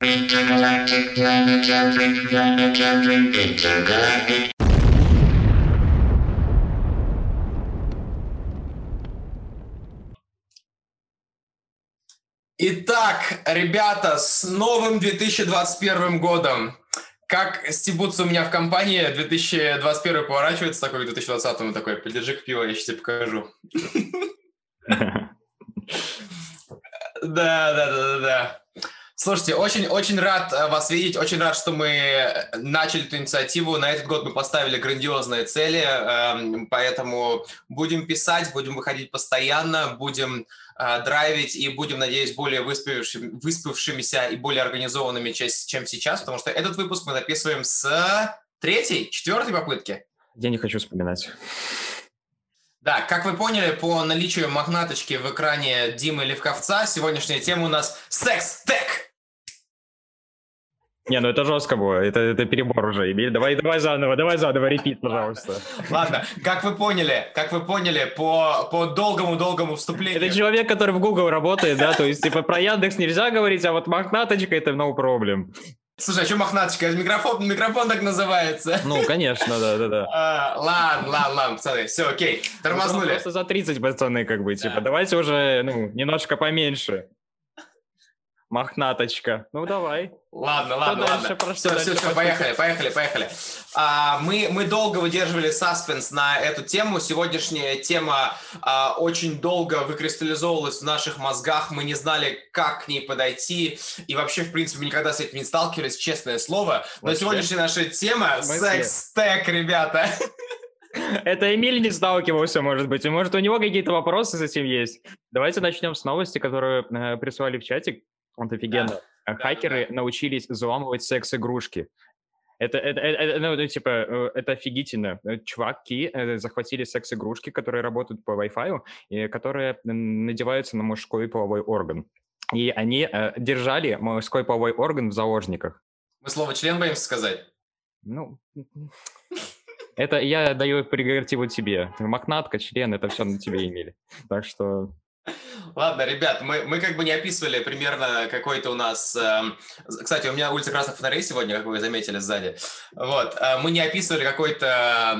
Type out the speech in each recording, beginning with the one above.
Intergalactic planetary, intergalactic. Итак, ребята, с новым 2021 годом. Как стебутся у меня в компании, 2021 поворачивается такой, к 2020 такой, подержи-ка пиво, я сейчас тебе покажу. Да. Слушайте, очень рад вас видеть, очень рад, что мы начали эту инициативу. На этот год мы поставили грандиозные цели, поэтому будем писать, будем выходить постоянно, будем драйвить и будем, надеюсь, более выспавшимися и более организованными, чем сейчас, потому что этот выпуск мы записываем с четвертой попытки. Я не хочу вспоминать. Да, как вы поняли, по наличию мохнаточки в экране Димы Левковца, сегодняшняя тема у нас секс-тек. Не, ну это жестко было, это перебор уже. Давай заново, репит, пожалуйста. Ладно, как вы поняли, по долгому вступлению. Это человек, который в Google работает, да, то есть типа про Яндекс нельзя говорить, а вот мохнаточка это no problem. Слушай, а что мохнаточка? Микрофон так называется. Ну, конечно, да. Ладно, пацаны, все, окей, тормознули. Просто за 30, пацаны, как бы, типа, давайте уже, немножко поменьше. Мохнаточка. Ну, давай. Ладно. Все, поехали. Мы долго выдерживали саспенс на эту тему. Сегодняшняя тема очень долго выкристаллизовывалась в наших мозгах. Мы не знали, как к ней подойти. И вообще, в принципе, мы никогда с этим не сталкивались, честное слово. Но вообще? Сегодняшняя наша тема — секс-тек, ребята. Это Эмиль не сталкивался, может быть. И может, у него какие-то вопросы с этим есть. Давайте начнем с новости, которую прислали в чатик. Вот офигенно. Да. Хакеры научились взламывать секс-игрушки. Это офигительно. Чуваки захватили секс-игрушки, которые работают по Wi-Fi, и которые надеваются на мужской половой орган. И они держали мужской половой орган в заложниках. Мы слово «член» боимся сказать? Ну... Это я даю прерогативу тебе. Мохнатка, член, это все на тебе имели. Так что... Ладно, ребят, мы как бы не описывали примерно какой-то у нас... Кстати, у меня улица Красных Фонарей сегодня, как вы заметили сзади. Вот. Мы не описывали какой-то,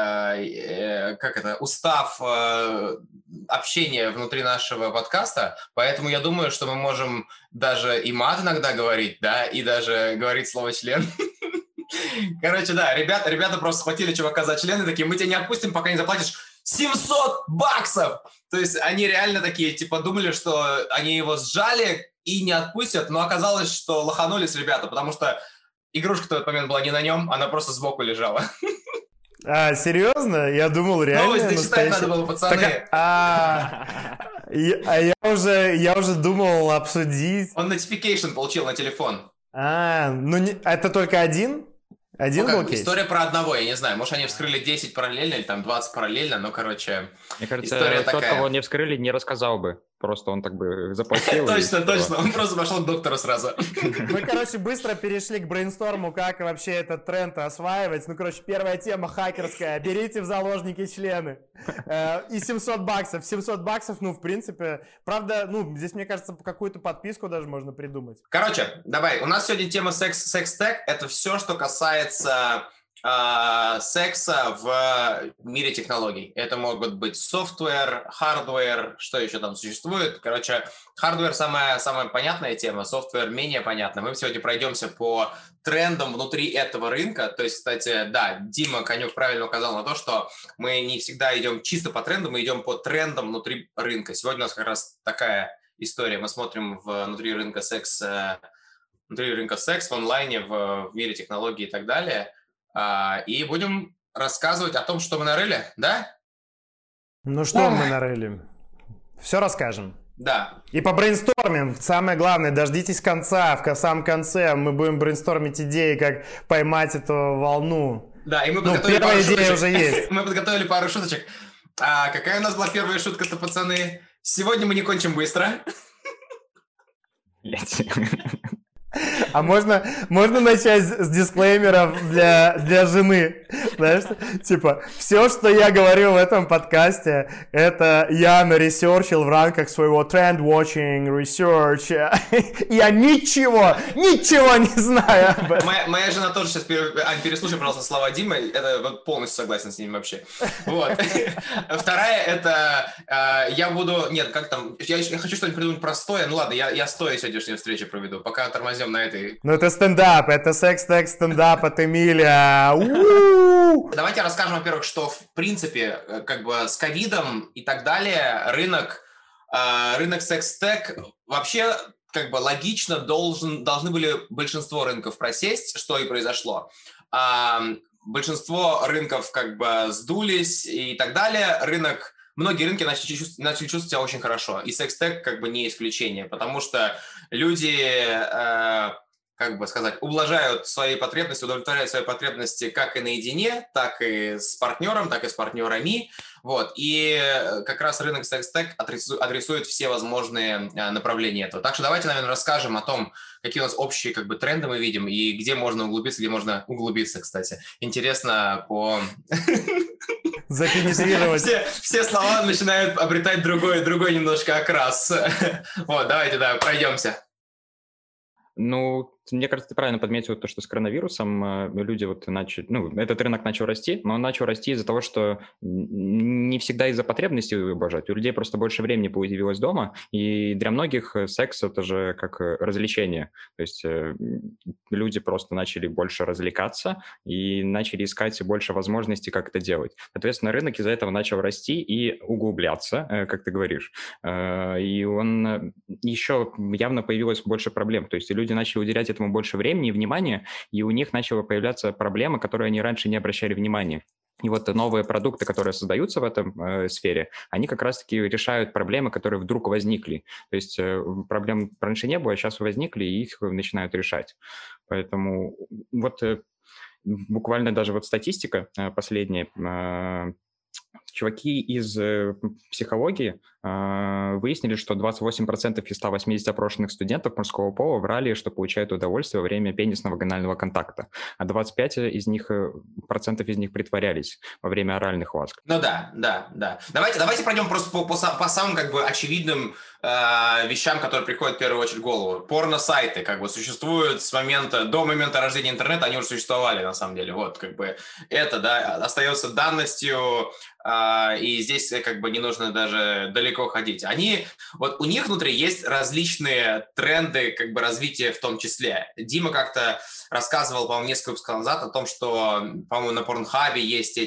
устав общения внутри нашего подкаста, поэтому я думаю, что мы можем даже и мат иногда говорить, да, и даже говорить слово «член». Короче, да, ребята просто схватили чувака за член и такие: мы тебя не отпустим, пока не заплатишь $700! То есть они реально такие, типа, думали, что они его сжали и не отпустят, но оказалось, что лоханулись ребята, потому что игрушка в тот момент была не на нем, она просто сбоку лежала. А, серьезно? Я думал, реально новость дочитать надо было, пацаны. Я уже думал обсудить. Он notification получил на телефон. Это только один? Один был кейс? История про одного, я не знаю. Может, они вскрыли 10 параллельно или там 20 параллельно, но, короче, мне кажется, история тот, такая. кого не вскрыли, не рассказал бы. Просто он так бы заплатил. Точно. Он просто пошел к доктору сразу. Мы, короче, быстро перешли к брейнсторму, как вообще этот тренд осваивать. Первая тема хакерская. Берите в заложники члены. И $700. $700, в принципе. Правда, здесь, мне кажется, какую-то подписку даже можно придумать. Короче, давай. У нас сегодня тема секс-тек. Это все, что касается... секса в мире технологий. Это могут быть софтвер, хардвер, что еще там существует. Короче, хардвер самая понятная тема, софтвер менее понятно. Мы сегодня пройдемся по трендам внутри этого рынка. То есть, кстати, да, Дима Конюк правильно указал на то, что мы не всегда идем чисто по трендам, мы идем по трендам внутри рынка. Сегодня у нас как раз такая история. Мы смотрим внутри рынка секс в онлайне, в мире технологий и так далее. И будем рассказывать о том, что мы нарыли, да? Ну что мы нарыли? Все расскажем. Да. И побрейнстормим. Самое главное, дождитесь конца. В самом конце мы будем брейнстормить идеи, как поймать эту волну. Да, и мы подготовили первая идея уже есть. Мы подготовили пару шуточек. Какая у нас была первая шутка-то, пацаны? Сегодня мы не кончим быстро. А можно начать с дисклеймеров для жены? Знаешь, типа, все, что я говорю в этом подкасте, это я наресерчил в рамках своего тренд-watching, research. Я ничего не знаю об этом. Моя жена тоже сейчас... Ань, переслушай, пожалуйста, слова Димы. Это вот полностью согласен с ним вообще. Вот. Вторая, это... Я буду... Нет, как там... Я хочу что-нибудь придумать простое. Ну ладно, я стоя сегодняшнюю встречу проведу. Пока тормозим на этой... Ну это стендап, это секс-тег стендап от Эмиля. Давайте расскажем, во-первых, что в принципе, как бы с ковидом и так далее, рынок секс-тег вообще как бы логично должны были большинство рынков просесть, что и произошло. Большинство рынков как бы сдулись и так далее. Многие рынки начали чувствовать себя очень хорошо. И секс-тег как бы не исключение, потому что люди... как бы сказать, ублажают свои потребности, удовлетворяют свои потребности как и наедине, так и с партнером, так и с партнерами. Вот. И как раз рынок секс-тег адресует все возможные направления этого. Так что давайте, наверное, расскажем о том, какие у нас общие как бы тренды мы видим и где можно углубиться, кстати. Интересно по... Запенизировать. Все слова начинают обретать другой немножко окрас. Вот, давайте, пройдемся. Ну, мне кажется, ты правильно подметил то, что с коронавирусом люди вот начали... Ну, этот рынок начал расти, но он начал расти из-за того, что не всегда из-за потребности ублажать. У людей просто больше времени появилось дома, и для многих секс – это же как развлечение. То есть люди просто начали больше развлекаться и начали искать больше возможностей, как это делать. Соответственно, рынок из-за этого начал расти и углубляться, как ты говоришь. И он еще явно появилось больше проблем. То есть люди начали уделять этому больше времени и внимания, и у них начала появляться проблемы, которые они раньше не обращали внимания. И вот новые продукты, которые создаются в этом сфере, они как раз-таки решают проблемы, которые вдруг возникли. То есть проблем раньше не было, а сейчас возникли, и их начинают решать. Поэтому вот буквально даже вот статистика последняя. Чуваки из психологии выяснили, что 28% из 180 опрошенных студентов мужского пола врали, что получают удовольствие во время пенисного вагинального контакта, а 25% из них притворялись во время оральных ласк. Ну да. Давайте пройдем просто по самым как бы очевидным вещам, которые приходят в первую очередь в голову. Порно-сайты как бы существуют до момента рождения интернета, они уже существовали на самом деле. Вот как бы это, да, остается данностью, и здесь как бы не нужно даже далеко ходить. У них внутри есть различные тренды как бы развития в том числе. Дима как-то рассказывал, по-моему, несколько выпусков назад о том, что, по-моему, на Порнхабе есть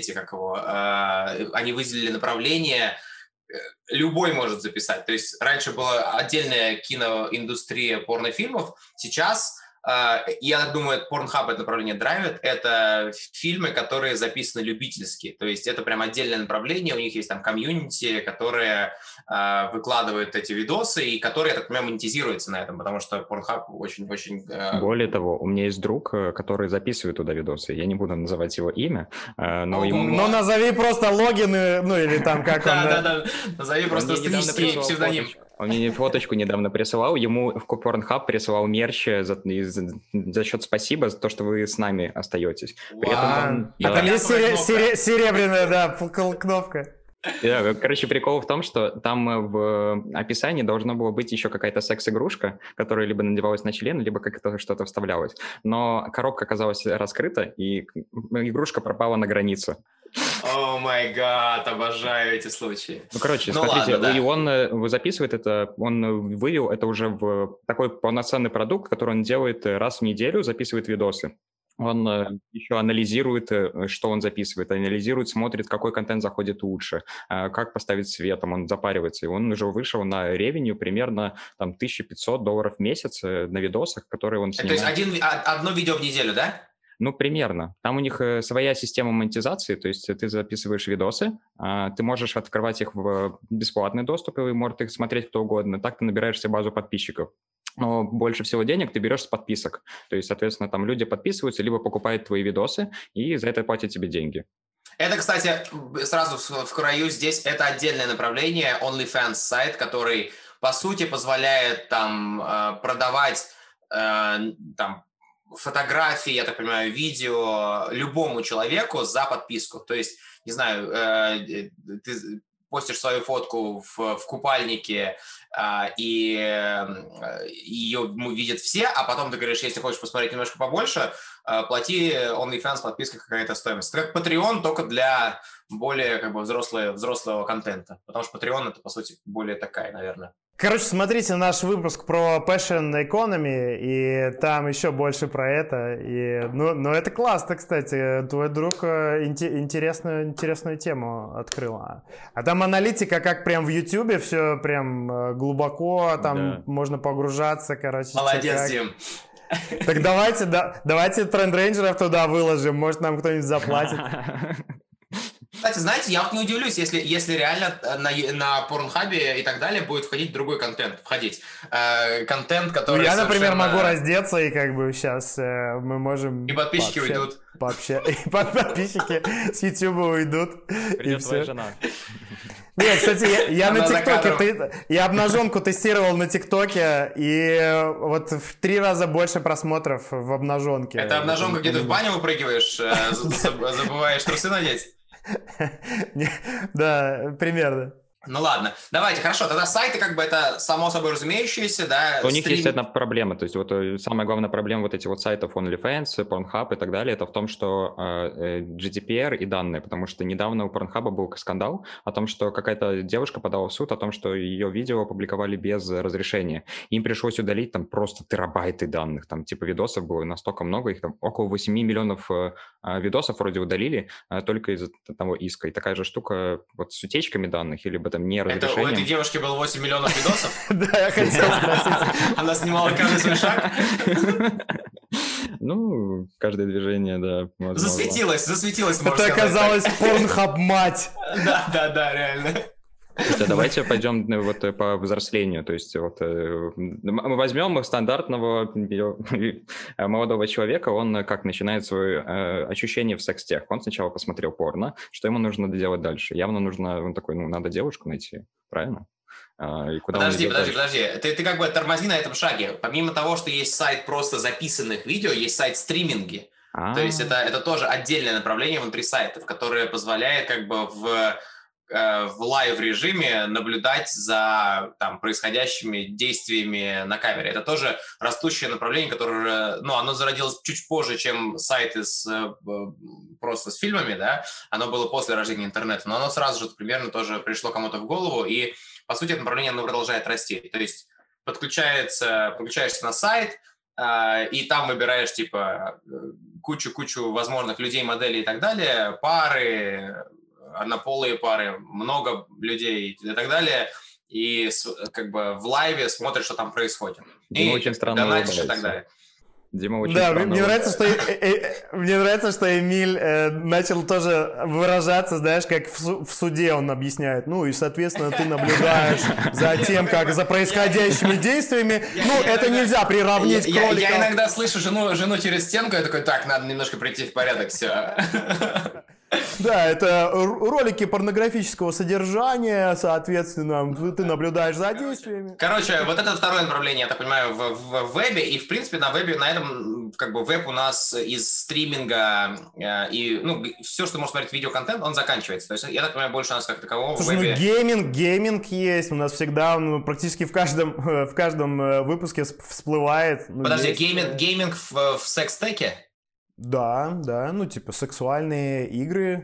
они выделили направление, любой может записать. То есть раньше была отдельная киноиндустрия порнофильмов, сейчас... Я думаю, Pornhub это направление драйвит. Это фильмы, которые записаны любительски. То есть это прям отдельное направление. У них есть там комьюнити, которые выкладывают эти видосы и которые, я так понимаю, монетизируются на этом, потому что Pornhub очень-очень... Более того, у меня есть друг, который записывает туда видосы. Я не буду называть его имя, но ему... Ну, назови просто логины, ну или там как он... Да. Назови просто стилистический псевдоним. Он мне фоточку недавно присылал, ему в Pornhub присылал мерч за счет спасибо за то, что вы с нами остаетесь. При этом там есть серебряная, да, кнопка. Да, короче, прикол в том, что там в описании должно было быть еще какая-то секс-игрушка, которая либо надевалась на член, либо как-то что-то вставлялось. Но коробка оказалась раскрыта, и игрушка пропала на границе. О май гад, обожаю эти случаи. Ну, короче, смотрите, ладно, да. И он записывает это, он вывел это уже в такой полноценный продукт, который он делает раз в неделю, записывает видосы. Он еще анализирует, что он записывает, анализирует, смотрит, какой контент заходит лучше, как поставить светом, он запаривается. И он уже вышел на ревенью примерно там, $1500 в месяц на видосах, которые он снимает. То есть одно видео в неделю, да? Ну, примерно. Там у них своя система монетизации, то есть ты записываешь видосы, ты можешь открывать их в бесплатный доступ, и может их смотреть кто угодно. Так ты набираешь себе базу подписчиков. Но больше всего денег ты берешь с подписок. То есть, соответственно, там люди подписываются, либо покупают твои видосы, и за это платят тебе деньги. Это, кстати, сразу вкрою здесь, это отдельное направление, OnlyFans сайт, который, по сути, позволяет там продавать там фотографии, я так понимаю, видео любому человеку за подписку. То есть, не знаю, ты постишь свою фотку в купальнике, и ее видят все, а потом ты говоришь, если хочешь посмотреть немножко побольше, плати OnlyFans, подписка какая-то стоимость. Как Patreon, только для более как бы взрослого контента. Потому что Patreon это, по сути, более такая, наверное. Короче, смотрите наш выпуск про Passion Economy, и там еще больше про это. И, ну это классно, кстати. Твой друг интересную тему открыл. А там аналитика, как прям в Ютубе, все прям глубоко, там можно погружаться, короче. Молодец, Дим. Так давайте тренд-рейнджеров туда выложим, может нам кто-нибудь заплатит. Кстати, знаете, я вот не удивлюсь, если реально на Порнхабе и так далее будет входить другой контент. Контент, который я, например, могу раздеться, и как бы сейчас мы можем... И подписчики уйдут. И подписчики с Ютуба уйдут. Придет твоя жена. Нет, кстати, я на ТикТоке, я обнаженку тестировал на ТикТоке, и вот в 3 раза больше просмотров в обнаженке. Это обнаженка, где ты в баню выпрыгиваешь, забываешь трусы надеть? Да, примерно. Ну ладно, давайте, хорошо, тогда сайты как бы это само собой разумеющееся, да. У них есть одна проблема, то есть вот самая главная проблема вот этих вот сайтов OnlyFans, Pornhub и так далее, это в том, что GDPR и данные, потому что недавно у Pornhub был скандал о том, что какая-то девушка подала в суд о том, что ее видео опубликовали без разрешения. Им пришлось удалить там просто терабайты данных, там типа видосов было настолько много, их там около 8 миллионов видосов вроде удалили только из-за того иска. И такая же штука вот с утечками данных или там не разрешением. Это у этой девушки было 8 миллионов видосов? Да, я хотел спросить. Она снимала каждый свой шаг? Ну, каждое движение, да. Засветилась, можно сказать. Это оказалось Pornhub-мать. Да, реально. Слушайте, давайте пойдем вот по взрослению. То есть вот мы возьмем стандартного молодого человека, он как начинает свое ощущение в секс-тех. Он сначала посмотрел порно, что ему нужно делать дальше? Явно нужно, он такой, надо девушку найти, правильно? И куда подожди. Ты как бы тормози на этом шаге. Помимо того, что есть сайт просто записанных видео, есть сайт стриминги. То есть это тоже отдельное направление внутри сайтов, которое позволяет как бы в лайв-режиме наблюдать за там, происходящими действиями на камере. Это тоже растущее направление, которое, оно зародилось чуть позже, чем сайты просто с фильмами, да, оно было после рождения интернета, но оно сразу же примерно тоже пришло кому-то в голову, и, по сути, это направление, оно продолжает расти. То есть подключаешься на сайт, и там выбираешь, типа, кучу возможных людей, моделей и так далее, пары, однополые пары, много людей и так далее, и как бы в лайве смотришь, что там происходит. Дима очень странно донатишь и так далее. Дима очень странно. Мне нравится, что Эмиль начал тоже выражаться, знаешь, как в суде он объясняет. Ну и, соответственно, ты наблюдаешь за тем, как за происходящими действиями. Это нельзя приравнять к роликам. Я иногда слышу жену через стенку, я такой, так, надо немножко прийти в порядок, все. Да, это ролики порнографического содержания, соответственно, ты наблюдаешь за действиями. Короче, вот это второе направление, я так понимаю, в вебе, и, в принципе, на вебе, на этом, как бы, веб у нас из стриминга и, все, что можно смотреть видеоконтент, он заканчивается. То есть, я так понимаю, больше у нас как такового в вебе... гейминг есть, у нас всегда, практически в каждом выпуске всплывает. Подожди, гейминг в секс-теке? Да, типа сексуальные игры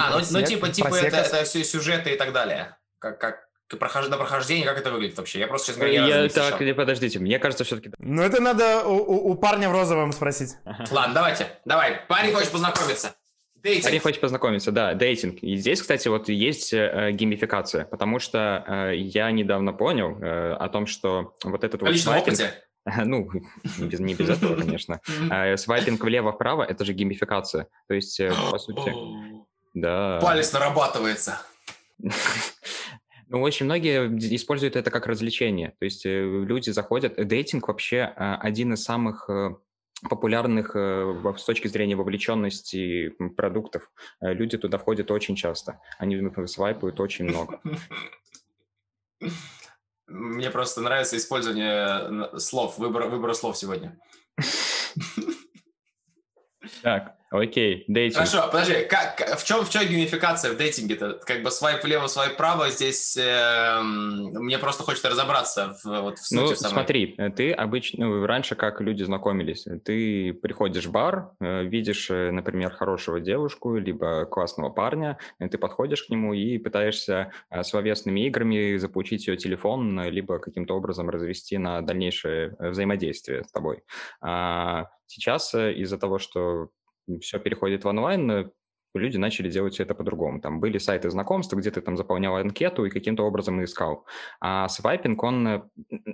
это все сюжеты и так далее. Как на прохождение, как это выглядит вообще? Я просто, честно говоря, подождите, мне кажется, все-таки... это надо у парня в розовом спросить. Ладно, давай. Парень хочет познакомиться. Дейтинг. Парень хочет познакомиться, да, дейтинг. И здесь, кстати, вот есть геймификация, потому что я недавно понял о том, что вот этот вот свайпинг... не без этого, конечно. Свайпинг влево-вправо – это же геймификация. То есть, по сути... Да. Палец нарабатывается. Очень многие используют это как развлечение. То есть люди заходят... Дейтинг вообще один из самых популярных с точки зрения вовлеченности продуктов. Люди туда входят очень часто. Они свайпают очень много. Мне просто нравится использование слов, выбора слов сегодня. Так, окей, дейтинг. Хорошо, подожди, в чем геймификация в дейтинге-то? Как бы свайп влево, свайп вправо, здесь мне просто хочется разобраться в сути самой. Смотри, ты обычно, раньше как люди знакомились, ты приходишь в бар, видишь, например, хорошего девушку, либо классного парня, ты подходишь к нему и пытаешься словесными играми заполучить ее телефон, либо каким-то образом развести на дальнейшее взаимодействие с тобой. Сейчас из-за того, что все переходит в онлайн, люди начали делать все это по-другому. Там были сайты знакомств, где ты там заполнял анкету и каким-то образом искал. А свайпинг, он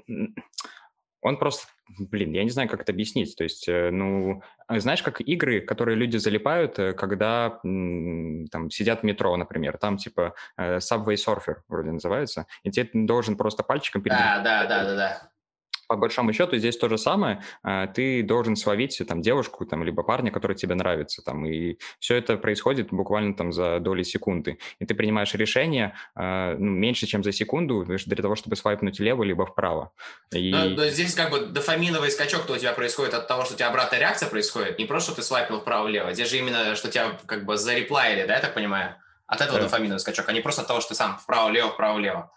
просто, я не знаю, как это объяснить. То есть, знаешь, как игры, которые люди залипают, когда там сидят в метро, например, там типа Subway Surfer вроде называется, и тебе должен просто пальчиком передвигать. Да. По большому счету здесь то же самое. Ты должен словить там девушку, там, либо парня, который тебе нравится. Там, и все это происходит буквально там за доли секунды. И ты принимаешь решение меньше, чем за секунду для того, чтобы свайпнуть влево, либо вправо. Но здесь как бы дофаминовый скачок-то у тебя происходит от того, что у тебя обратная реакция происходит. Не просто, что ты свайпнул вправо-лево. Здесь же именно, что тебя как бы зареплайили, да, я так понимаю? От этого дофаминовый скачок, а не просто от того, что ты сам вправо-лево, вправо-лево.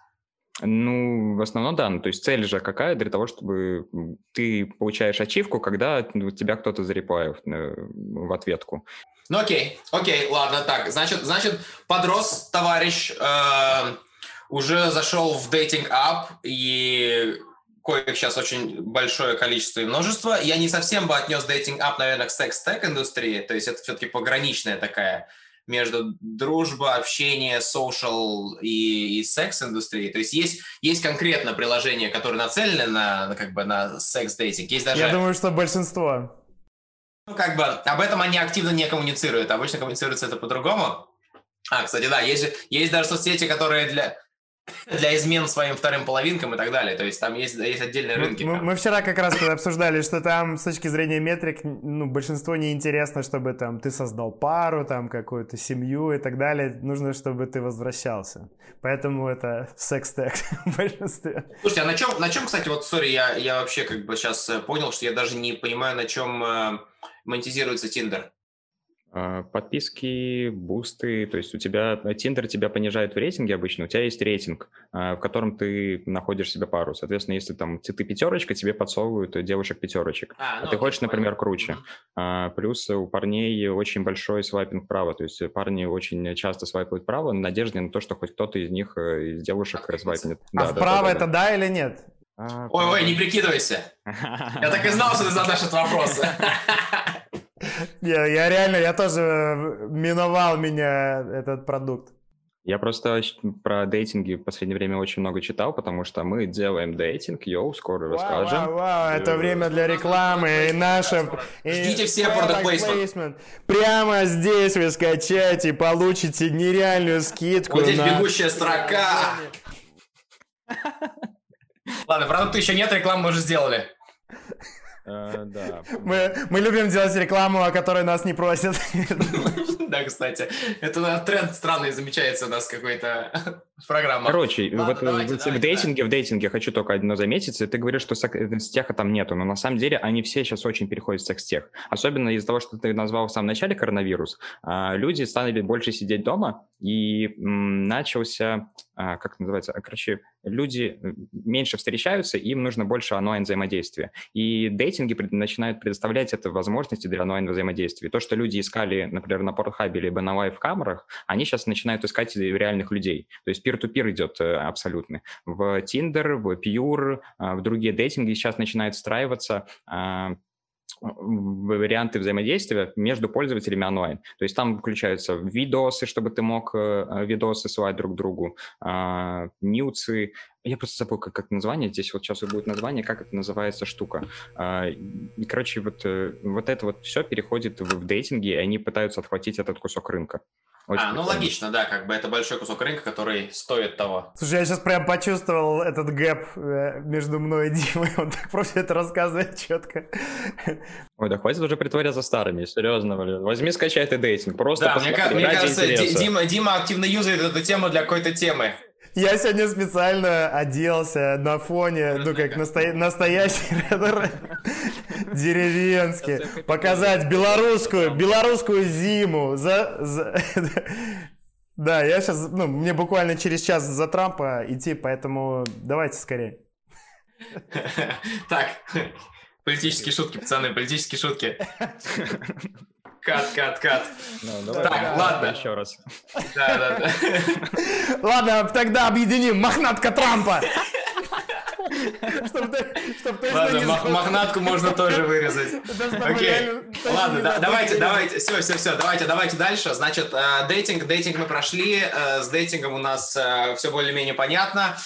В основном, да. То есть цель же какая? Для того, чтобы ты получаешь ачивку, когда тебя кто-то зареплает в ответку. Окей, ладно, так. Значит, подрос товарищ, уже зашел в дейтинг-ап, и коих сейчас очень большое количество и множество. Я не совсем бы отнес дейтинг-ап, наверное, к секс-тек индустрии, то есть это все-таки пограничная такая между дружба, общение, social и секс-индустрией. То есть есть конкретно приложения, которые нацелены на секс-дейтинг. Есть даже... Я думаю, что большинство. Об этом они активно не коммуницируют. Обычно коммуницируется это по-другому. Кстати, да, есть даже соцсети, которые для измен своим вторым половинкам и так далее. То есть там есть отдельные рынки. Мы вчера как раз обсуждали, что там с точки зрения метрик, большинство не интересно, чтобы там ты создал пару, там какую-то семью и так далее. Нужно, чтобы ты возвращался. Поэтому это секс-тек в большинстве. Слушайте, а на чем, кстати, сори, я вообще как бы сейчас понял, что я даже не понимаю, на чем монетизируется Tinder. Подписки, бусты, то есть у тебя Tinder тебя понижает в рейтинге обычно, у тебя есть рейтинг, в котором ты находишь себе пару. Соответственно, если там ты пятерочка, тебе подсовывают девушек-пятерочек. Ты хочешь, например, круче. Плюс у парней очень большой свайпинг вправо, то есть парни очень часто свайпают вправо в надежде на то, что хоть кто-то из них, из девушек, свайпнет. Вправо это да или нет? Ой, не прикидывайся. Я так и знал, что ты задашь этот вопрос. Я тоже миновал меня этот продукт. Я просто про дейтинги в последнее время очень много читал, потому что мы делаем дейтинг, скоро расскажем. Это время для рекламы и наше... Ждите все product placement. Прямо здесь вы скачаете и получите нереальную скидку. Вот здесь бегущая строка. Ладно, продукта еще нет, рекламу мы уже сделали. Да. Мы любим делать рекламу, о которой нас не просят. Да, кстати. Это тренд странный замечается у нас какой-то в программах. Короче, в дейтинге хочу только одно заметить. Ты говоришь, что секс-теха там нету, но на самом деле они все сейчас очень переходят в секс-тех. Особенно из-за того, что ты назвал в самом начале коронавирус. Люди стали больше сидеть дома, и начался, как называется, люди меньше встречаются, им нужно больше онлайн-взаимодействия. И дейтинги начинают предоставлять это возможности для онлайн-взаимодействия. То, что люди искали, например, на Pornhub либо на лайв-камерах, они сейчас начинают искать реальных людей. То есть peer-to-peer идет абсолютно. В Tinder, в Pure, в другие дейтинги сейчас начинают встраиваться варианты взаимодействия между пользователями онлайн. То есть там включаются видосы, чтобы ты мог видосы ссылать друг другу, нюцы. Я просто забыл, как название. Здесь вот сейчас будет название, как это называется штука. И, короче, вот это вот все переходит в дейтинги, и они пытаются отхватить этот кусок рынка. Логично, да, как бы это большой кусок рынка, который стоит того. Слушай, я сейчас прям почувствовал этот гэп между мной и Димой, он так просто это рассказывает четко. Ой, да хватит уже притворяться старыми, серьезно, блин. Возьми, скачай ты дейтинг, просто да, мне кажется, Дима активно юзает эту тему для какой-то темы. Я сегодня специально оделся на фоне, как настоящий рэпер. Деревенский. Показать белорусскую зиму. Да, я сейчас, мне буквально через час за Трампа идти, поэтому давайте скорее. Так, политические шутки, пацаны, политические шутки. Кат. Так, ладно. Еще раз. Да. Ладно, тогда объединим мохнатка Трампа. Ладно, мохнатку можно тоже вырезать. Окей. Ладно, давайте, все, давайте дальше. Значит, дейтинг мы прошли, с дейтингом у нас все более-менее понятно.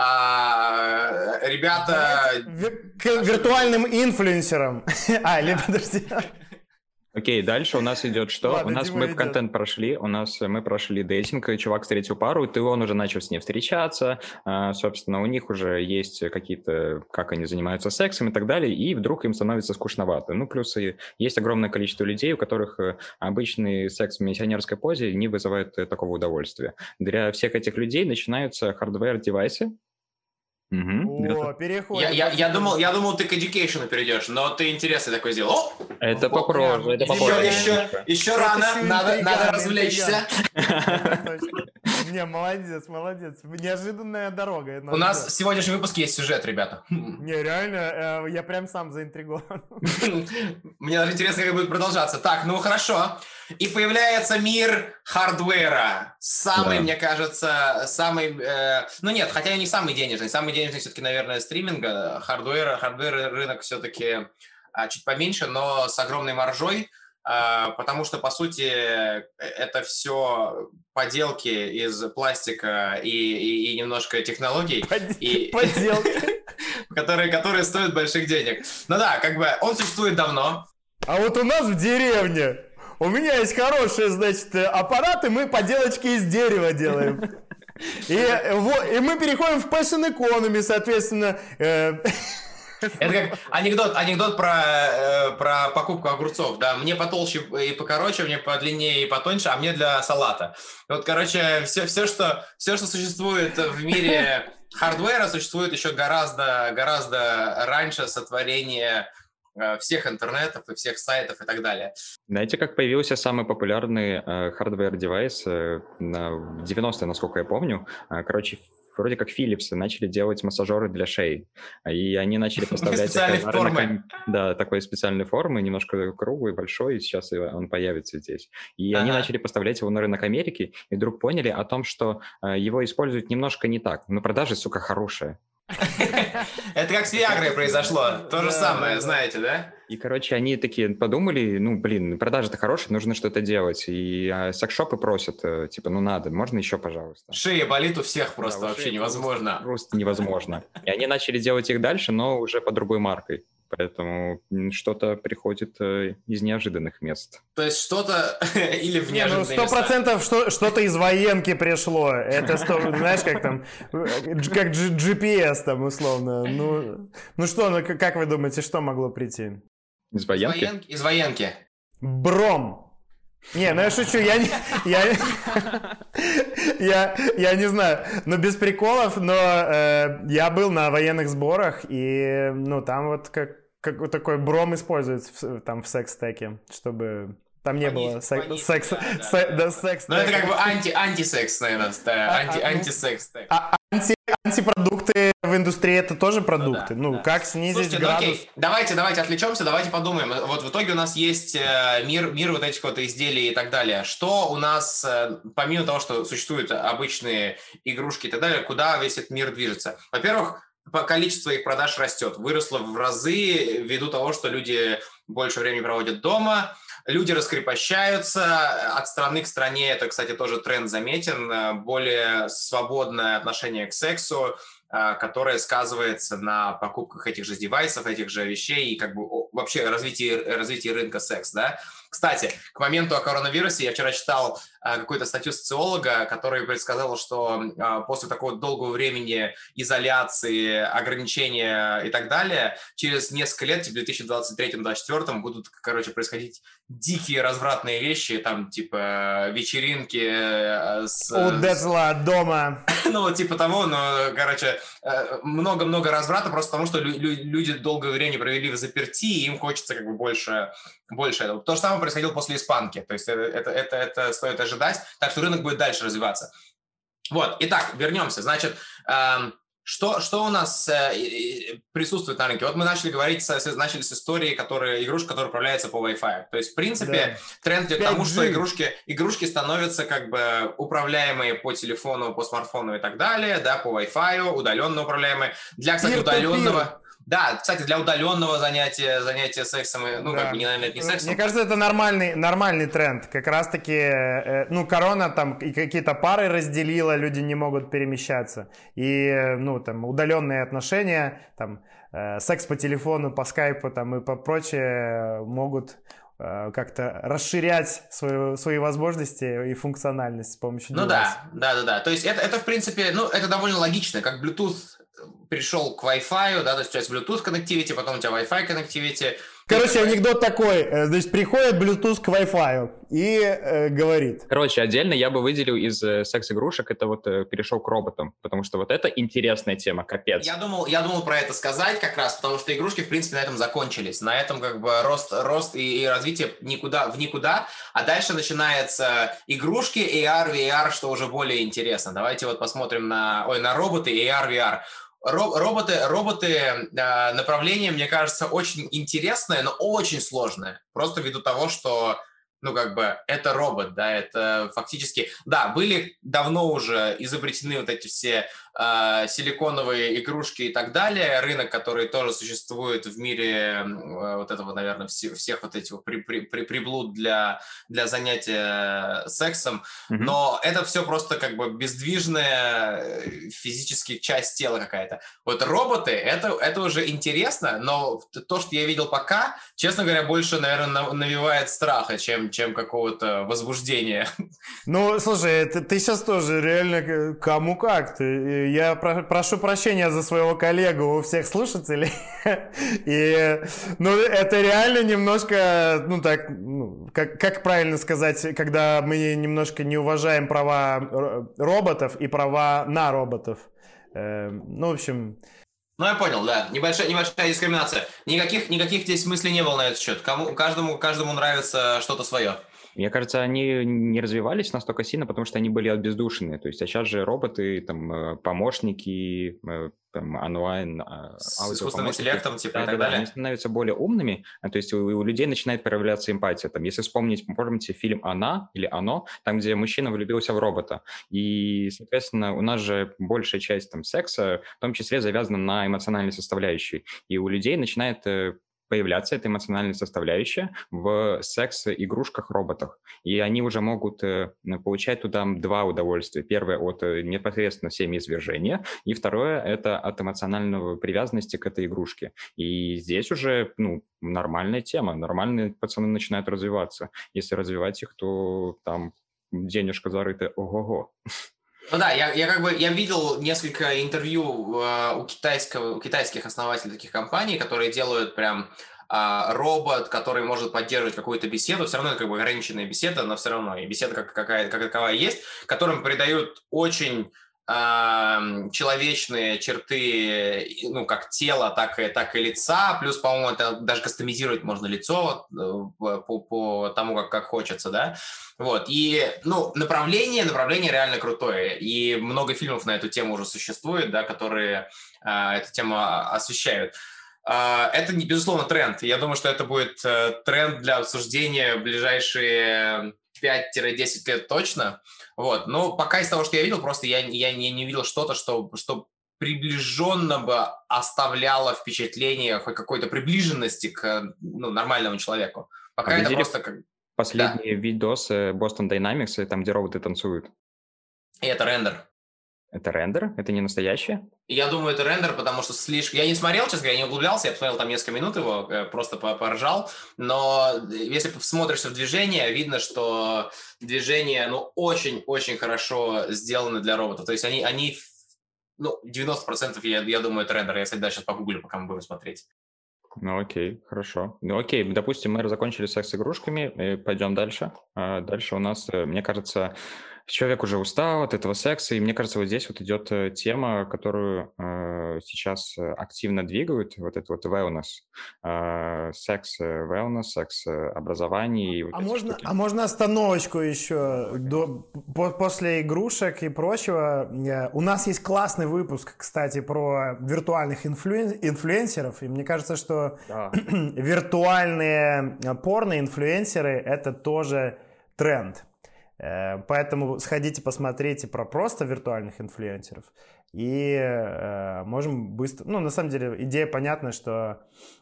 Ребята... К виртуальным инфлюенсерам. Подожди. Окей, дальше у нас идет что? Ладно, у нас Дима мы идет. в контент прошли, мы прошли дейтинг, чувак встретил пару, и он уже начал с ней встречаться, собственно, у них уже есть какие-то, как они занимаются сексом и так далее, и вдруг им становится скучновато. плюс и есть огромное количество людей, у которых обычный секс в миссионерской позе не вызывает такого удовольствия. Для всех этих людей начинаются хардвер-девайсы. Переходим. Я думал, ты к education перейдешь, но ты интересный такой сделал. Это попроще. Еще рано, надо развлечься. Не, молодец. Неожиданная дорога. У нас в сегодняшнем выпуске есть сюжет, ребята. Не, реально, я прям сам заинтригован. Мне даже интересно, как будет продолжаться. Так, хорошо. И появляется мир хардвера. Мне кажется, нет, хотя и не самый денежный. Самый денежный все-таки, наверное, стриминга. Хардвер рынок все-таки чуть поменьше, но с огромной маржой. Потому что, по сути, это все поделки из пластика и немножко технологий. Поделки. Которые стоят больших денег. Он существует давно. А вот у нас в деревне у меня есть хорошие, аппараты, мы поделочки из дерева делаем. И мы переходим в Passion Economy, соответственно. Это как анекдот про покупку огурцов, да, мне потолще и покороче, мне подлиннее и потоньше, а мне для салата. Все, что существует в мире хардвера, существует еще гораздо раньше сотворения всех интернетов и всех сайтов и так далее. Знаете, как появился самый популярный хардвер-девайс в 90-е, насколько я помню? Вроде как Philips начали делать массажеры для шеи. И они начали поставлять... Специальные формы. Да, такой специальной формы, немножко круглый, большой, сейчас он появится здесь. И они начали поставлять его на рынок Америки, и вдруг поняли о том, что его используют немножко не так. Но продажи, сука, хорошие. Это как с Виагрой произошло. То же самое, знаете, да? И, они такие подумали, продажи-то хорошие, нужно что-то делать. И секс-шопы просят, надо, можно еще, пожалуйста. Шея болит у всех просто, вообще невозможно. Просто невозможно. И они начали делать их дальше, но уже под другой маркой. Поэтому что-то приходит из неожиданных мест. То есть что-то или в неожиданные места. 100% что-то из военки пришло. Это, знаешь, как там, как GPS там условно. Как вы думаете, что могло прийти? Из военки? Из военки. Бром. Не, я шучу, я не знаю, без приколов, но я был на военных сборах, и, там вот как такой бром используется там в секс-теке, чтобы там не было секса. Ну, это как бы антисекс, наверное, антисекс-тек. Антипродукты в индустрии — это тоже продукты. Как снизить градус? Окей. Давайте отвлечемся, давайте подумаем. Вот в итоге у нас есть мир вот этих вот изделий и так далее. Что у нас, помимо того, что существуют обычные игрушки и так далее, куда весь этот мир движется? Во-первых, количество их продаж растет, выросло в разы ввиду того, что люди больше времени проводят дома, люди раскрепощаются от страны к стране. Это, кстати, тоже тренд заметен. Более свободное отношение к сексу, которое сказывается на покупках этих же девайсов, этих же вещей и как бы вообще развитии рынка секс, да. Кстати, к моменту о коронавирусе я вчера читал какую-то статью социолога, который предсказал, что после такого долгого времени изоляции, ограничения и так далее, через несколько лет, в 2023-2024 будут, короче, происходить дикие развратные вещи, там, типа, вечеринки Децла дома. Ну, типа того, но, короче, много-много разврата просто потому, что люди долгое время провели в заперти, и им хочется как бы больше этого. То же самое происходило после испанки, то есть это стоит ожидать, так что рынок будет дальше развиваться. Вот, итак, вернемся. Значит, что у нас присутствует на рынке? Вот мы начали с истории, игрушек, которые управляются по Wi-Fi. То есть, в принципе, тренд идет к тому, что игрушки становятся как бы управляемые по телефону, по смартфону и так далее, да, по Wi-Fi, удаленно управляемые. Для, кстати, удаленного... Да, кстати, для удаленного занятия сексом, ну, как бы, наверное, это не сексом. Мне кажется, это нормальный тренд. Как раз-таки, корона там и какие-то пары разделила, люди не могут перемещаться. И, там, удаленные отношения, там, секс по телефону, по скайпу, там, и по прочее могут как-то расширять свои возможности и функциональность с помощью девайса. Да. То есть это, в принципе, это довольно логично, как Bluetooth пришел к Wi-Fi, да, то есть у тебя есть Bluetooth connectivity, потом у тебя Wi-Fi connectivity. Короче, анекдот такой, значит, приходит Bluetooth к Wi-Fi и говорит. Короче, отдельно я бы выделил из секс-игрушек, это вот перешел к роботам, потому что вот это интересная тема, капец. Я думал про это сказать как раз, потому что игрушки, в принципе, на этом закончились, на этом как бы рост и развитие в никуда, а дальше начинаются игрушки, AR, VR, что уже более интересно. Давайте вот посмотрим на роботы, AR, VR. Роботы направление, мне кажется, очень интересное, но очень сложное. Просто ввиду того, что, это робот, да, это фактически... Да, были давно уже изобретены вот эти все силиконовые игрушки и так далее, рынок, который тоже существует в мире вот этого, наверное, всех вот этих приблуд для занятия сексом, но это все просто как бы бездвижная физически часть тела какая-то. Вот роботы, это уже интересно, но то, что я видел пока, честно говоря, больше, наверное, навевает страха, чем какого-то возбуждения. Ну, слушай, ты сейчас тоже реально кому как. Я прошу прощения за своего коллегу у всех слушателей. И, это реально немножко, как правильно сказать, когда мы немножко не уважаем права роботов и права на роботов. В общем... я понял, да. Небольшая дискриминация. Никаких здесь мыслей не было на этот счет. Каждому нравится что-то свое. Мне кажется, они не развивались настолько сильно, потому что они были обездушены. То есть, а сейчас же роботы, там, помощники, там, онлайн, с искусственным интеллектом, и так далее. Они становятся более умными, то есть у людей начинает проявляться эмпатия. Там, если вспомнить, помните фильм «Она» или «Оно», там, где мужчина влюбился в робота. И, соответственно, у нас же большая часть там секса, в том числе, завязана на эмоциональной составляющей. И у людей начинает появляться эта эмоциональная составляющая в секс-игрушках-роботах. И они уже могут получать туда два удовольствия. Первое от непосредственно семяизвержения, и второе это от эмоциональной привязанности к этой игрушке. И здесь уже нормальная тема, нормальные пацаны начинают развиваться. Если развивать их, то там денежка зарыта ого-го. Я видел несколько интервью у китайских основателей таких компаний, которые делают прям робот, который может поддерживать какую-то беседу, все равно это как бы ограниченная беседа, но все равно и беседа как таковая есть, которым придают очень человечные черты, как тела, так и лица, плюс, по-моему, это даже кастомизировать можно лицо по тому, как хочется, да, вот, и, направление реально крутое, и много фильмов на эту тему уже существует, да, которые эту тему освещают. Это, безусловно, тренд. Я думаю, что это будет тренд для обсуждения в ближайшие 5-10 лет точно. Вот. Но пока из того, что я видел, просто я не видел что-то, что приближенно бы оставляло впечатление хоть какой-то приближенности к нормальному человеку. Пока это просто как... Последние видосы Boston Dynamics, там, где роботы танцуют. И это рендер. Это рендер? Это не настоящее? Я думаю, это рендер, потому что слишком... Я не смотрел, честно говоря, я не углублялся, я посмотрел там несколько минут его, просто поржал, но если смотришься в движение, видно, что движения, ну, очень-очень хорошо сделаны для робота. То есть они ну, 90% я думаю, это рендер. Я, кстати, сейчас погуглю, пока мы будем смотреть. Ну, окей, хорошо. Ну, окей, допустим, мы закончили секс-игрушками, пойдем дальше. Дальше у нас, мне кажется, человек уже устал от этого секса, и мне кажется, вот здесь вот идет тема, которую сейчас активно двигают, вот это вот wellness, секс, wellness, секс, образование. И вот эти штуки. Можно остановочку еще после игрушек и прочего? У нас есть классный выпуск, кстати, про виртуальных инфлюенсеров, и мне кажется, что виртуальные порно-инфлюенсеры — это тоже тренд. Поэтому сходите, посмотрите про просто виртуальных инфлюенсеров. И можем быстро... Ну, на самом деле, идея понятна, что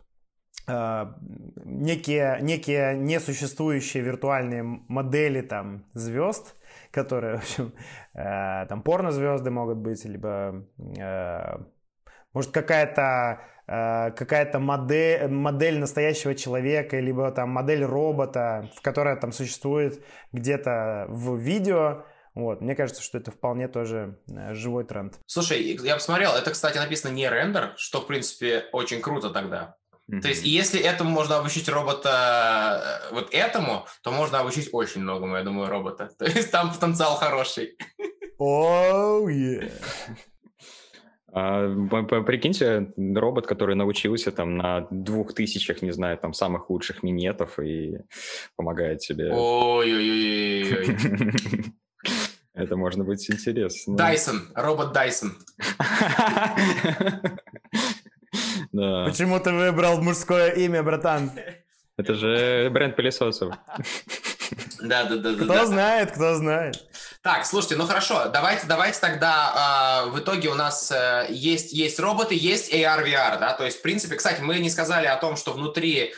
некие несуществующие виртуальные модели там звезд, которые, в общем, там порнозвезды могут быть, либо может какая-то модель настоящего человека, либо там модель робота, в которой там существует где-то в видео. Вот. Мне кажется, что это вполне тоже живой тренд. Слушай, я посмотрел, это, кстати, написано не рендер, что, в принципе, очень круто тогда. То есть, если этому можно обучить робота вот этому, то можно обучить очень многому, я думаю, робота. То есть, там потенциал хороший. Oh, yeah. Прикиньте, робот, который научился там на 2000, не знаю, там самых лучших минетов и помогает тебе. Ой-ой-ой. Это может быть интересно. Дайсон, робот Дайсон. Да. Почему ты выбрал мужское имя, братан? Это же бренд пылесосов. Да. Кто знает. Так, слушайте, ну хорошо, давайте тогда в итоге у нас есть роботы, есть AR, VR, да, то есть, в принципе, кстати, мы не сказали о том, что внутри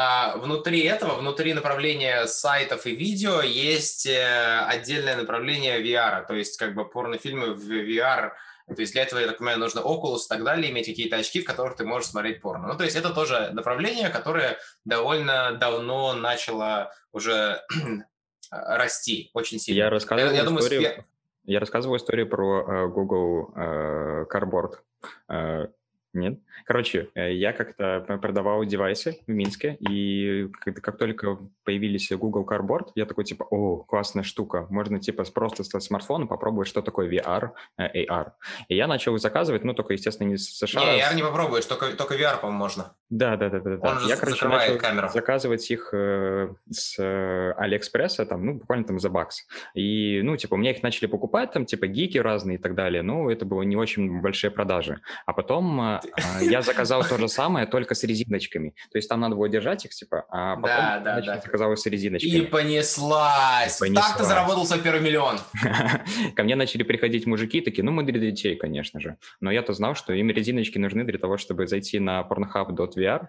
направления сайтов и видео есть отдельное направление VR, то есть, как бы, порнофильмы в VR. То есть для этого, я так понимаю, нужно Oculus и так далее, иметь какие-то очки, в которых ты можешь смотреть порно. Ну, то есть это тоже направление, которое довольно давно начало уже расти очень сильно. Я рассказывал историю про Google Cardboard. Нет? Короче, я как-то продавал девайсы в Минске, и как только появились Google Cardboard, я такой, типа, о, классная штука, можно, типа, просто со смартфона попробовать, что такое VR, AR. И я начал заказывать, ну, только, естественно, не с США. Не, AR не попробуешь, только VR, по-моему, можно. Да. Он же я, короче, закрывает начал камеру. заказывать их с Алиэкспресса, там, ну, буквально там за бакс. И, ну, типа, у меня их начали покупать, там, типа, гики разные и так далее, ну, это было не очень большие продажи. А потом я заказал то же самое, только с резиночками. То есть там надо было держать их, типа, а потом заказал их с резиночками. И понеслась. Так ты заработал свой первый миллион. Ко мне начали приходить мужики, такие, ну, мы для детей, конечно же. Но я-то знал, что им резиночки нужны для того, чтобы зайти на Pornhub.VR.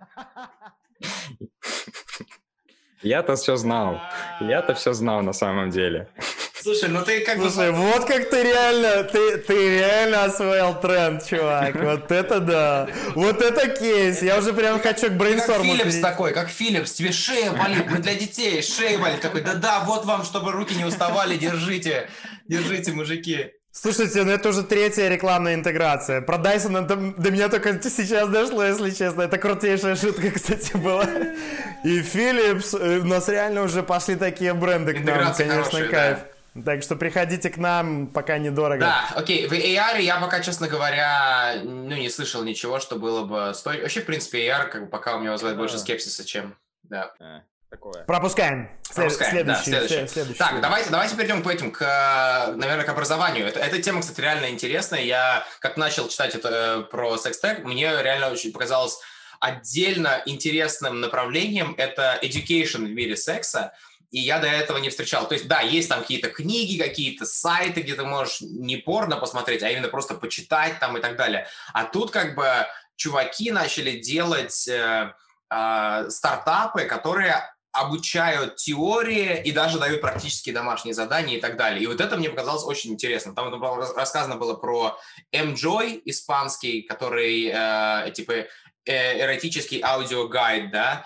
Я-то все знал на самом деле. Слушай, ну ты как бы... Слушай, вот как ты реально освоил тренд, чувак. Вот это да. Вот это кейс. Я уже прям хочу к брейнсторму. Как Philips такой, как Philips. Тебе шея болит, мы для детей, шея болит. Такой, да-да, вот вам, чтобы руки не уставали, держите, мужики. Слушайте, ну это уже третья рекламная интеграция. Про Dyson до меня только сейчас дошло, если честно. Это крутейшая шутка, кстати, была. И Philips, у нас реально уже пошли такие бренды к нам, конечно, кайф. Так что приходите к нам, пока недорого. Да, окей. В AR я пока, честно говоря, ну, не слышал ничего, что было бы стоить. Вообще, в принципе, AR как бы пока у меня вызывает больше скепсиса, чем... Да. Такое. Пропускаем. Следующий. Так, давайте перейдем наверное, к образованию. Эта тема, кстати, реально интересная. Я как начал читать это про секс-тег, мне реально очень показалось отдельно интересным направлением. Это education в мире секса. И я до этого не встречал. То есть, да, есть там какие-то книги, какие-то сайты, где ты можешь не порно посмотреть, а именно просто почитать там и так далее. А тут как бы чуваки начали делать стартапы, которые обучают теории и даже дают практические домашние задания и так далее. И вот это мне показалось очень интересно. Там рассказано было про M-Joy испанский, который типа эротический аудиогайд, да,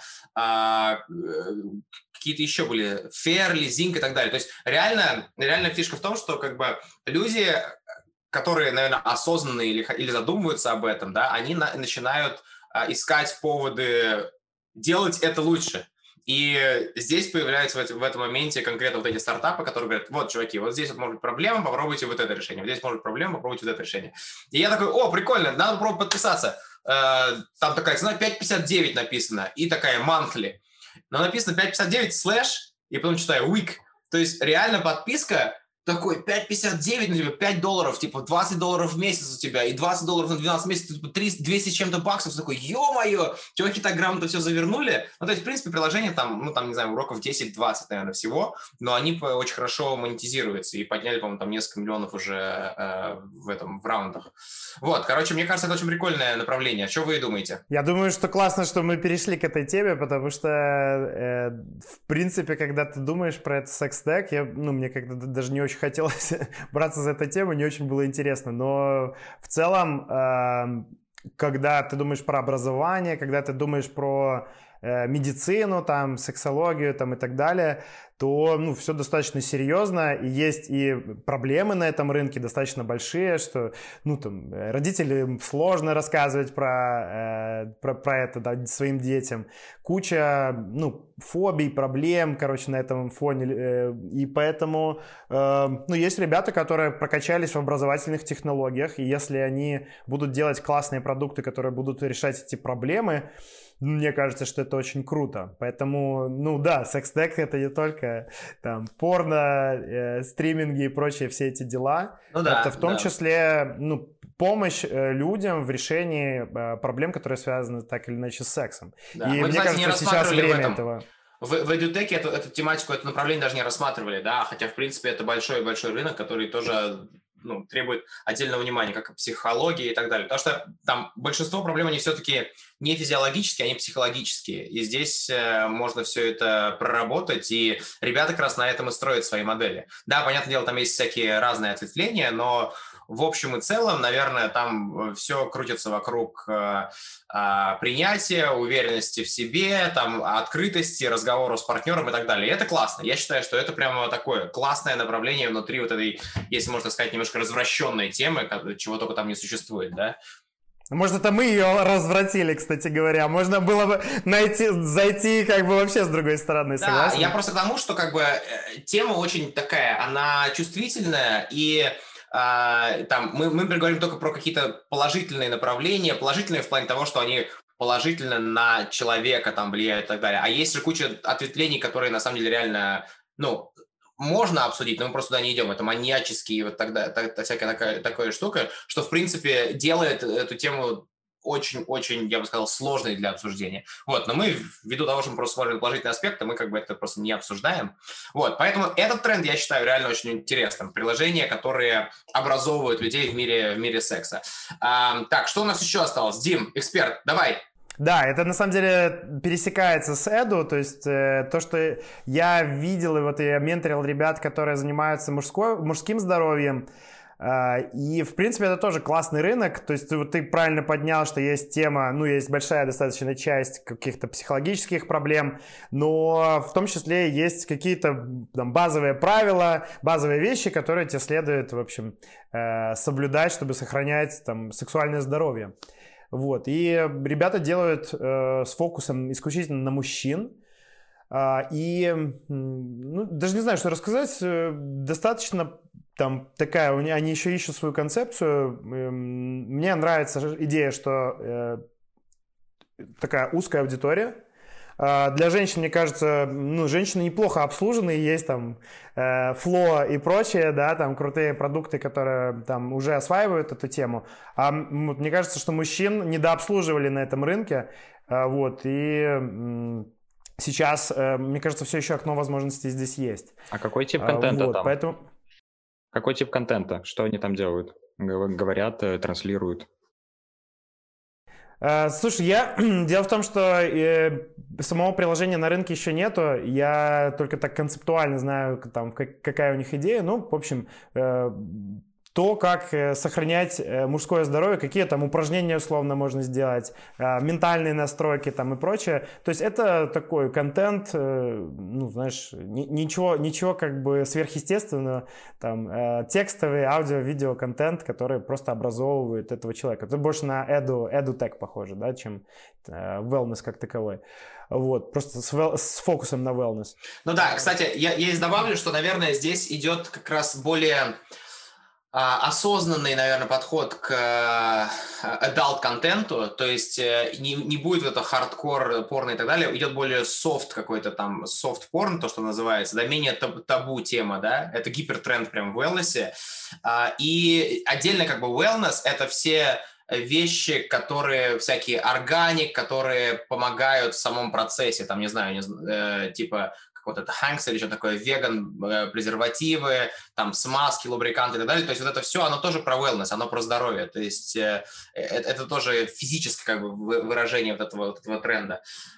какие-то еще были, Fairly, Zinc и так далее. То есть реально фишка в том, что как бы люди, которые, наверное, осознанные или задумываются об этом, да, они начинают искать поводы делать это лучше. И здесь появляются в этом моменте конкретно вот эти стартапы, которые говорят, вот, чуваки, вот здесь вот может быть проблема, попробуйте вот это решение, вот здесь может быть проблема, попробуйте вот это решение. И я такой, о, прикольно, надо попробовать подписаться. Там такая цена 5.59 написано, и такая monthly. Но написано 5.59 слэш, и потом читаю week. То есть реально подписка такой 5.59 на тебя, $5, типа $20 в месяц у тебя, и $20 на 12 месяцев, типа 200 с чем-то баксов. Такой, ё-моё, чуваки так грамотно все завернули. Ну, то есть, в принципе, приложение там, ну, там, не знаю, уроков 10-20, наверное, всего, но они очень хорошо монетизируются и подняли, по-моему, там несколько миллионов уже в раундах. Вот, короче, мне кажется, это очень прикольное направление. Что вы думаете? Я думаю, что классно, что мы перешли к этой теме, потому что, в принципе, когда ты думаешь про этот секс-тег, мне как-то даже не очень хотелось браться за эту тему, не очень было интересно. Но в целом, когда ты думаешь про образование, когда ты думаешь про медицину, там, сексологию там, и так далее, то все достаточно серьезно, и есть и проблемы на этом рынке достаточно большие, что родителям сложно рассказывать про это, да, своим детям. Куча фобий, проблем, на этом фоне. И поэтому есть ребята, которые прокачались в образовательных технологиях, и если они будут делать классные продукты, которые будут решать эти проблемы, мне кажется, что это очень круто. Поэтому, да, секс-тег — это не только там порно, стриминги и прочие все эти дела. Это в том числе помощь людям в решении проблем, которые связаны так или иначе с сексом. Да. И мы, мне кстати, кажется, сейчас время этого. В EduTech эту тематику, это направление даже не рассматривали, да, хотя, в принципе, это большой-большой рынок, который тоже требует отдельного внимания, как и психология и так далее. Потому что там большинство проблем, они все-таки не физиологические, они психологические. И здесь можно все это проработать, и ребята как раз на этом и строят свои модели. Да, понятное дело, там есть всякие разные ответвления, но в общем и целом, наверное, там все крутится вокруг принятия, уверенности в себе, там, открытости, разговора с партнером и так далее. И это классно. Я считаю, что это прямо такое классное направление внутри вот этой, если можно сказать, немножко развращенной темы, чего только там не существует, да. Может, это мы ее развратили, кстати говоря. Можно было бы зайти как бы вообще с другой стороны, согласен? Да, я просто к тому, что как бы тема очень такая, она чувствительная, и там мы говорим только про какие-то положительные направления, положительные в плане того, что они положительно на человека там влияют и так далее. А есть же куча ответвлений, которые на самом деле реально, можно обсудить, но мы просто туда не идем. Это маньяческие, вот тогда всякая такая штука, что, в принципе, делает эту тему очень-очень, я бы сказал, сложной для обсуждения. Вот, но мы, ввиду того, что мы просто смотрим положительные аспекты, мы как бы это просто не обсуждаем. Вот, поэтому этот тренд, я считаю, реально очень интересным. Приложения, которые образовывают людей в мире секса. Так, что у нас еще осталось? Дим, эксперт, давай. Да, это на самом деле пересекается с Эду, то есть то, что я видел, и вот я менторил ребят, которые занимаются мужским здоровьем, и, в принципе, это тоже классный рынок, то есть вот ты правильно поднял, что есть тема, есть большая достаточно часть каких-то психологических проблем, но в том числе есть какие-то там базовые правила, базовые вещи, которые тебе следует, в общем, соблюдать, чтобы сохранять там сексуальное здоровье. Вот, и ребята делают с фокусом исключительно на мужчин, и даже не знаю, что рассказать, достаточно там такая, они еще ищут свою концепцию. Мне нравится идея, что такая узкая аудитория. Для женщин, мне кажется, женщины неплохо обслужены, есть там Фло и прочее, да, там крутые продукты, которые там уже осваивают эту тему. А мне кажется, что мужчин недообслуживали на этом рынке, вот, и сейчас, мне кажется, все еще окно возможностей здесь есть. А какой тип контента там? Поэтому... Какой тип контента? Что они там делают? Говорят, транслируют? Слушай, дело в том, что самого приложения на рынке еще нету, я только так концептуально знаю, там, какая у них идея, ну, в общем, то, как сохранять мужское здоровье, какие там упражнения условно можно сделать, ментальные настройки там и прочее. То есть это такой контент, ну, знаешь, ничего как бы сверхъестественного, там, текстовый, аудио, видео контент, который просто образовывает этого человека. Это больше на edutech похоже, да, чем wellness как таковой. Вот, просто с фокусом на wellness. Ну да, кстати, я здесь добавлю, что, наверное, здесь идет как раз более осознанный, наверное, подход к adult-контенту, то есть не будет это хардкор, порно и так далее, идет более софт какой-то там, софт-порн, то, что называется, да, менее табу тема, да, это гипертренд прям в wellness, и отдельно как бы wellness – это все вещи, которые всякие органик, которые помогают в самом процессе, там, не знаю, типа вот это Хэнкс или что такое, веган, презервативы, там смазки, лубриканты и так далее. То есть вот это все, оно тоже про wellness, оно про здоровье. То есть это тоже физическое как бы выражение вот этого тренда.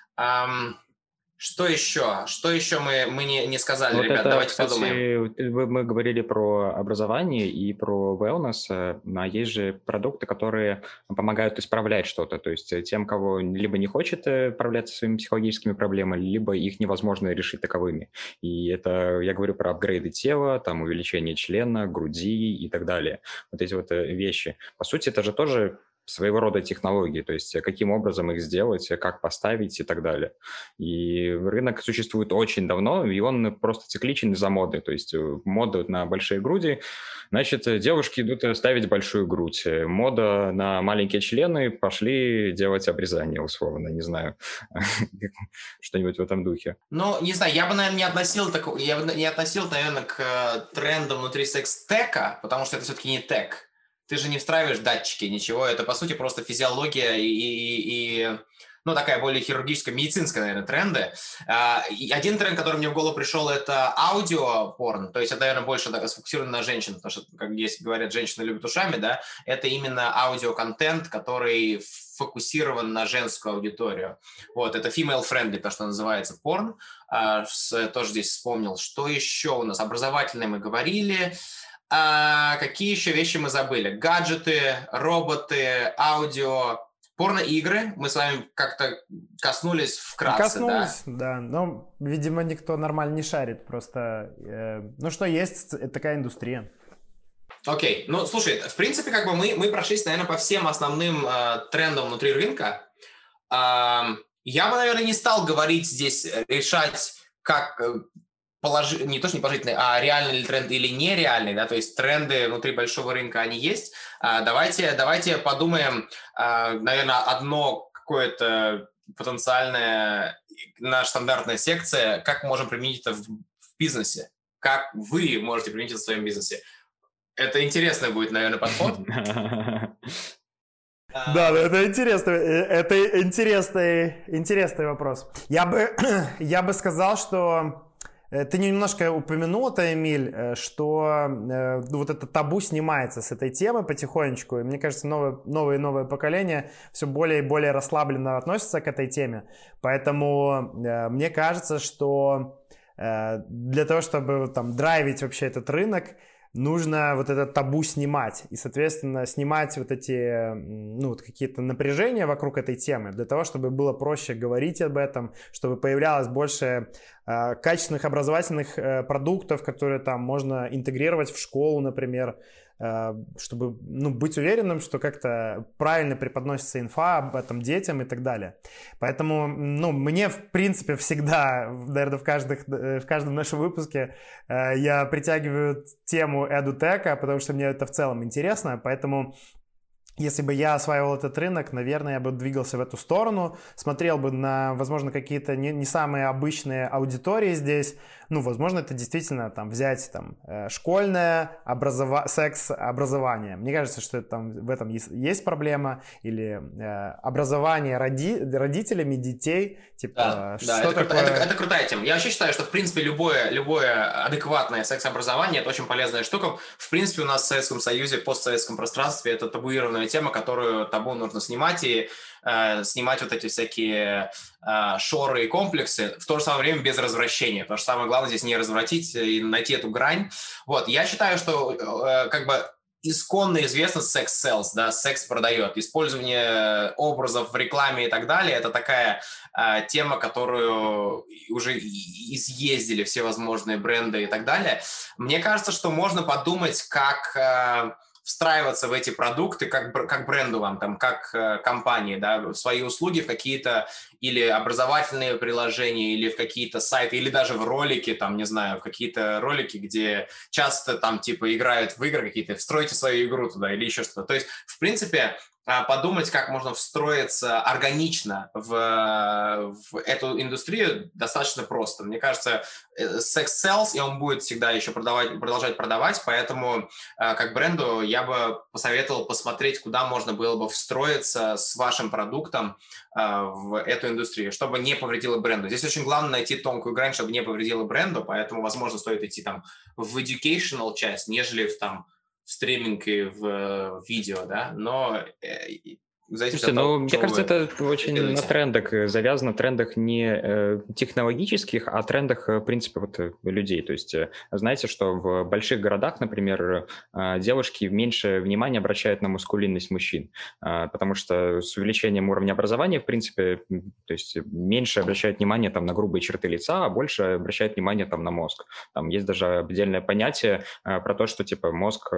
Что еще? Что еще мы не сказали, вот ребят? Это, давайте кстати, подумаем. Мы говорили про образование и про wellness, а есть же продукты, которые помогают исправлять что-то. То есть тем, кого либо не хочет справляться со своими психологическими проблемами, либо их невозможно решить таковыми. И это я говорю про апгрейды тела, там увеличение члена, груди и так далее. Вот эти вот вещи. По сути, это же тоже своего рода технологии, то есть каким образом их сделать, как поставить и так далее. И рынок существует очень давно, и он просто цикличен из-за моды. То есть мода на большие груди, значит, девушки идут ставить большую грудь. Мода на маленькие члены, пошли делать обрезание, условно, не знаю, что-нибудь в этом духе. Ну, не знаю, я бы, наверное, не относил, наверное, к трендам внутри секс-тека, потому что это все-таки не тек. Ты же не встраиваешь датчики, ничего. Это, по сути, просто физиология и ну, такая более хирургическая, медицинская, наверное, тренды. И один тренд, который мне в голову пришел, это аудиопорн. То есть это, наверное, больше сфокусировано на женщинах, потому что, как если говорят, женщины любят ушами, да, это именно аудиоконтент, который фокусирован на женскую аудиторию. Вот, это female-friendly, то, что называется порн. Тоже здесь вспомнил. Что еще у нас? Образовательное мы говорили. Какие еще вещи мы забыли? Гаджеты, роботы, аудио, порноигры. Мы с вами как-то коснулись вкратце, да? Но, видимо, никто нормально не шарит. Просто, ну что есть, это такая индустрия. Окей. Ну, слушай, в принципе, как бы мы прошлись, наверное, по всем основным трендам внутри рынка. Я бы, наверное, не стал говорить здесь, решать, как... не то, что не положительный, а реальный ли тренд или нереальный, да, то есть тренды внутри большого рынка, они есть. Давайте подумаем, наверное, одно какое-то потенциальное, наша стандартная секция, как мы можем применить это в бизнесе, как вы можете применить это в своем бизнесе. Это интересный будет, наверное, подход. Да, это интересный вопрос. Я бы сказал, что ты немножко упомянул это, Эмиль, что вот это табу снимается с этой темы потихонечку, и мне кажется, новое поколение все более и более расслабленно относится к этой теме, поэтому мне кажется, что для того, чтобы там драйвить вообще этот рынок, нужно вот это табу снимать и, соответственно, снимать вот эти, ну, вот какие-то напряжения вокруг этой темы для того, чтобы было проще говорить об этом, чтобы появлялось больше качественных образовательных продуктов, которые там можно интегрировать в школу, например, чтобы, ну, быть уверенным, что как-то правильно преподносится инфа об этом детям и так далее. Поэтому, ну, мне, в принципе, всегда, наверное, в каждом нашем выпуске я притягиваю тему edutech, потому что мне это в целом интересно, поэтому если бы я осваивал этот рынок, наверное, я бы двигался в эту сторону, смотрел бы на, возможно, какие-то не самые обычные аудитории здесь. Ну, возможно, это действительно там взять там школьное секс-образование. Мне кажется, что это, там, в этом есть проблема. Или образование родителями детей. Типа, да, это крутая тема. Я вообще считаю, что, в принципе, любое адекватное секс-образование – это очень полезная штука. В принципе, у нас в Советском Союзе, постсоветском пространстве это табуированная главная тема, которую табу нужно снимать, и снимать вот эти всякие шоры и комплексы, в то же самое время без развращения. Потому что самое главное здесь не развратить и найти эту грань. Вот, я считаю, что как бы исконно известно секс sells, да, секс продает. Использование образов в рекламе и так далее – это такая тема, которую уже изъездили все возможные бренды и так далее. Мне кажется, что можно подумать, как встраиваться в эти продукты, как бренду вам, там, как компании, да, в свои услуги, в какие-то или образовательные приложения, или в какие-то сайты, или даже в ролики, там, не знаю, в какие-то ролики, где часто там, типа, играют в игры какие-то, встройте свою игру туда или еще что-то. То есть, в принципе, подумать, как можно встроиться органично в эту индустрию, достаточно просто. Мне кажется, секс sells, и он будет всегда еще продолжать продавать, поэтому как бренду я бы посоветовал посмотреть, куда можно было бы встроиться с вашим продуктом в эту индустрию, чтобы не повредило бренду. Здесь очень главное найти тонкую грань, чтобы не повредило бренду, поэтому, возможно, стоит идти там в educational часть, нежели в стриминг и в видео, да, но Слушайте, ну, мне кажется, это очень на трендах завязано, трендах не технологических, а трендах, в принципе, вот людей. То есть, знаете, что в больших городах, например, девушки меньше внимания обращают на маскулинность мужчин, потому что с увеличением уровня образования, в принципе, то есть меньше обращают внимание там на грубые черты лица, а больше обращают внимание там на мозг. Там есть даже отдельное понятие про то, что типа мозг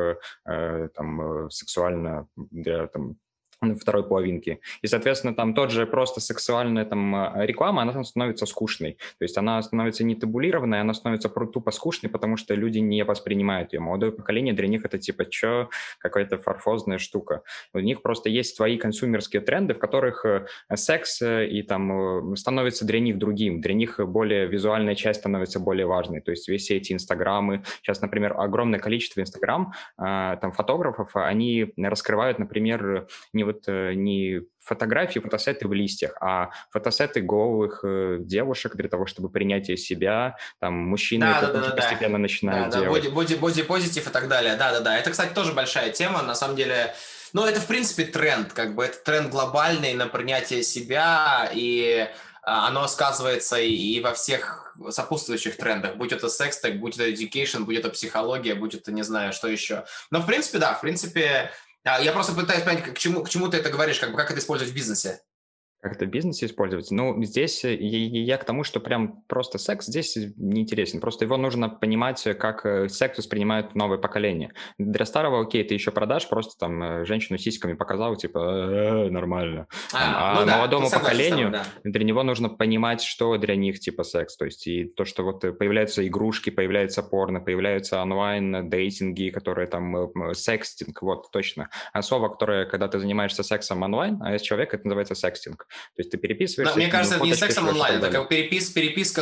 там сексуально там второй половинки. И, соответственно, там тот же просто сексуальная там реклама, она там становится скучной. То есть она становится не табулированной, она становится тупо скучной, потому что люди не воспринимают ее. Молодое поколение для них это типа что, какая-то фарфозная штука. У них просто есть свои консюмерские тренды, в которых секс и там становится для них другим. Для них более визуальная часть становится более важной. То есть все эти инстаграмы. Сейчас, например, огромное количество инстаграм, там фотографов, они раскрывают, например, не фотографии, фотосеты в листьях, а фотосеты голых девушек для того, чтобы принятие себя, там, мужчины постепенно начинают делать. Боди-позитив и так далее, да-да-да. Это, кстати, тоже большая тема, на самом деле. Ну, это, в принципе, тренд, как бы, это тренд глобальный на принятие себя, и оно сказывается и во всех сопутствующих трендах, будь это секс-тег, будь это education, будь это психология, будь это, не знаю, что еще. Но, в принципе, да, в принципе... Я просто пытаюсь понять, к чему ты это говоришь, как это использовать в бизнесе. Как это в бизнесе использовать? Ну, здесь я к тому, что прям просто секс здесь не интересен. Просто его нужно понимать, как секс воспринимает новое поколение. Для старого, окей, ты еще продашь, просто там женщину сиськами показал, типа, нормально. Молодому поколению для него нужно понимать, что для них типа секс. То есть и то, что вот появляются игрушки, появляется порно, появляются онлайн-дейтинги, которые там секстинг, вот точно. А слово, которое, когда ты занимаешься сексом онлайн, а есть человек, это называется секстинг. То есть ты переписываешься... Мне кажется, это не сексом онлайн, это как переписка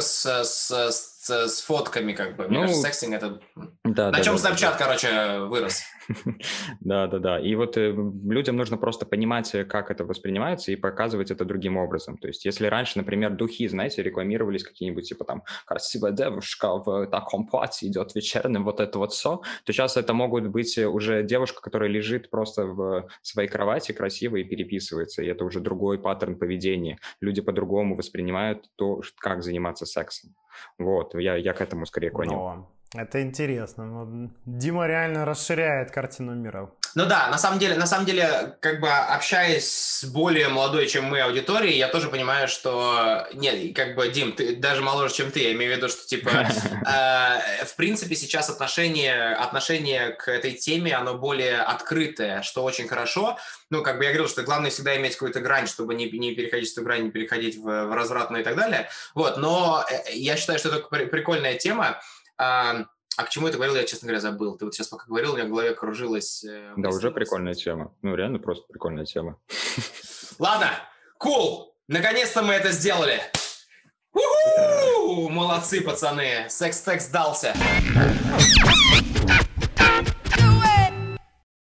с фотками, как бы. Мне кажется, секстинг это... На чем Snapchat, короче, вырос. Да. И вот людям нужно просто понимать, как это воспринимается, и показывать это другим образом. То есть если раньше, например, духи, знаете, рекламировались какие-нибудь, типа там, красивая девушка в таком платье идет вечерним, вот это вот все, то сейчас это могут быть уже девушка, которая лежит просто в своей кровати красиво и переписывается, и это уже другой паттерн поведения. Люди по-другому воспринимают то, как заниматься сексом. Вот, я к этому скорее клоню. Это интересно. Дима реально расширяет картину мира. Ну да, на самом деле, как бы общаясь с более молодой, чем мы, аудиторией, я тоже понимаю, что... Нет, как бы, Дим, ты даже моложе, чем ты. Я имею в виду, что, типа, в принципе, сейчас отношение к этой теме, оно более открытое, что очень хорошо. Ну, как бы я говорил, что главное всегда иметь какую-то грань, чтобы не переходить эту грань, не переходить в развратную и так далее. Вот, но я считаю, что это прикольная тема. А к чему это говорил, я, честно говоря, забыл. Ты вот сейчас пока говорил, у меня в голове кружилась... Да, уже прикольная тема. Ну, реально просто прикольная тема. Ладно, cool! Наконец-то мы это сделали! У-ху! Молодцы, пацаны! Секс-тег сдался!